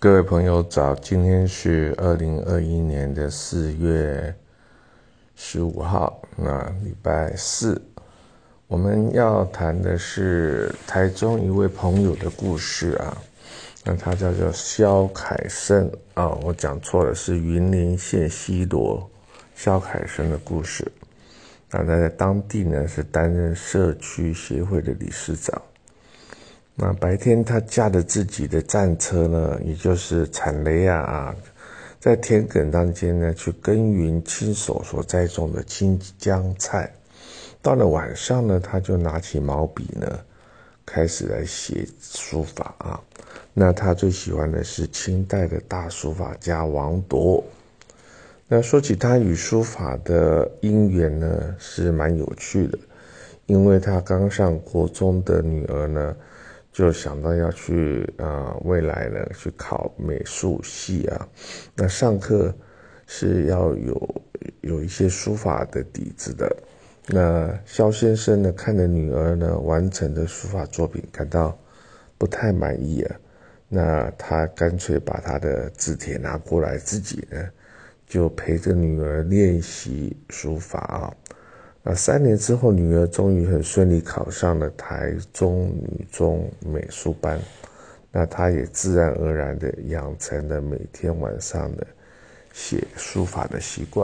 各位朋友早，今天是2021年的4月15号，那礼拜四，我们要谈的是台中一位朋友的故事啊。那他叫做萧凯生啊，我讲错了，是云林县西螺萧凯生的故事。那他在当地呢是担任社区协会的理事长。那白天他驾着自己的战车呢，也就是产雷啊，在田埂当间呢去耕耘亲手所栽种的青江菜。到了晚上呢，他就拿起毛笔呢，开始来写书法啊。那他最喜欢的是清代的大书法家王铎。那说起他与书法的因缘呢，是蛮有趣的，因为他刚上国中的女儿呢，就想到要去未来呢去考美术系啊。那上课是要有一些书法的底子的。那萧先生呢，看着女儿呢完成的书法作品，感到不太满意啊。那他干脆把他的字帖拿过来，自己呢就陪着女儿练习书法啊。那3年之后，女儿终于很顺利考上了台中女中美术班。那她也自然而然的养成了每天晚上的写书法的习惯。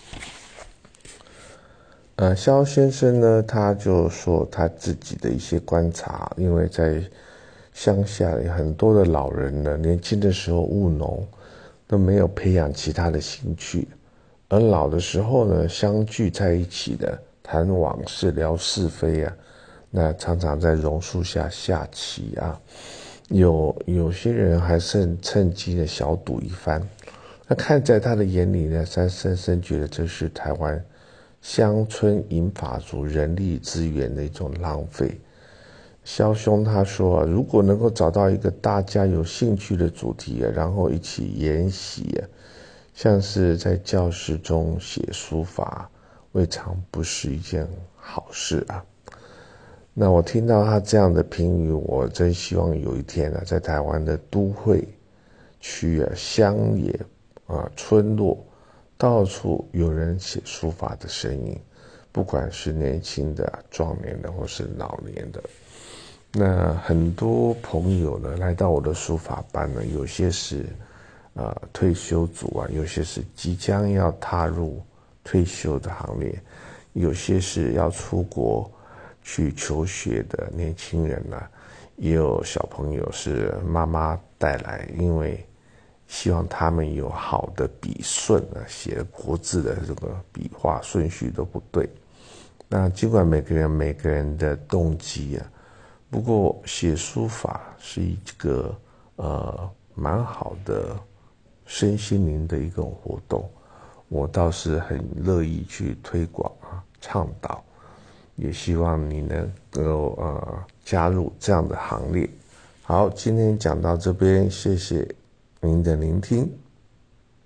萧先生呢，他就说他自己的一些观察，因为在乡下有很多的老人呢，年轻的时候务农，都没有培养其他的兴趣。而老的时候呢，相聚在一起的谈往事聊是非啊，那常常在榕树下下棋啊，有些人还是趁机的小赌一番。那看在他的眼里呢，他深深觉得这是台湾乡村银发族人力资源的一种浪费。萧兄他说如果能够找到一个大家有兴趣的主题然后一起研习像是在教室中写书法，未尝不是一件好事啊。那我听到他这样的评语，我真希望有一天在台湾的都会区乡野村落，到处有人写书法的身影，不管是年轻的、壮年的或是老年的。那很多朋友呢来到我的书法班呢，有些是退休族啊，有些是即将要踏入退休的行列，有些是要出国去求学的年轻人啊，也有小朋友是妈妈带来，因为希望他们有好的笔顺啊，写国字的这个笔画顺序都不对。那尽管每个人的动机不过写书法是一个蛮好的身心灵的一种活动，我倒是很乐意去推广倡导，也希望你能够加入这样的行列。好，今天讲到这边，谢谢您的聆听。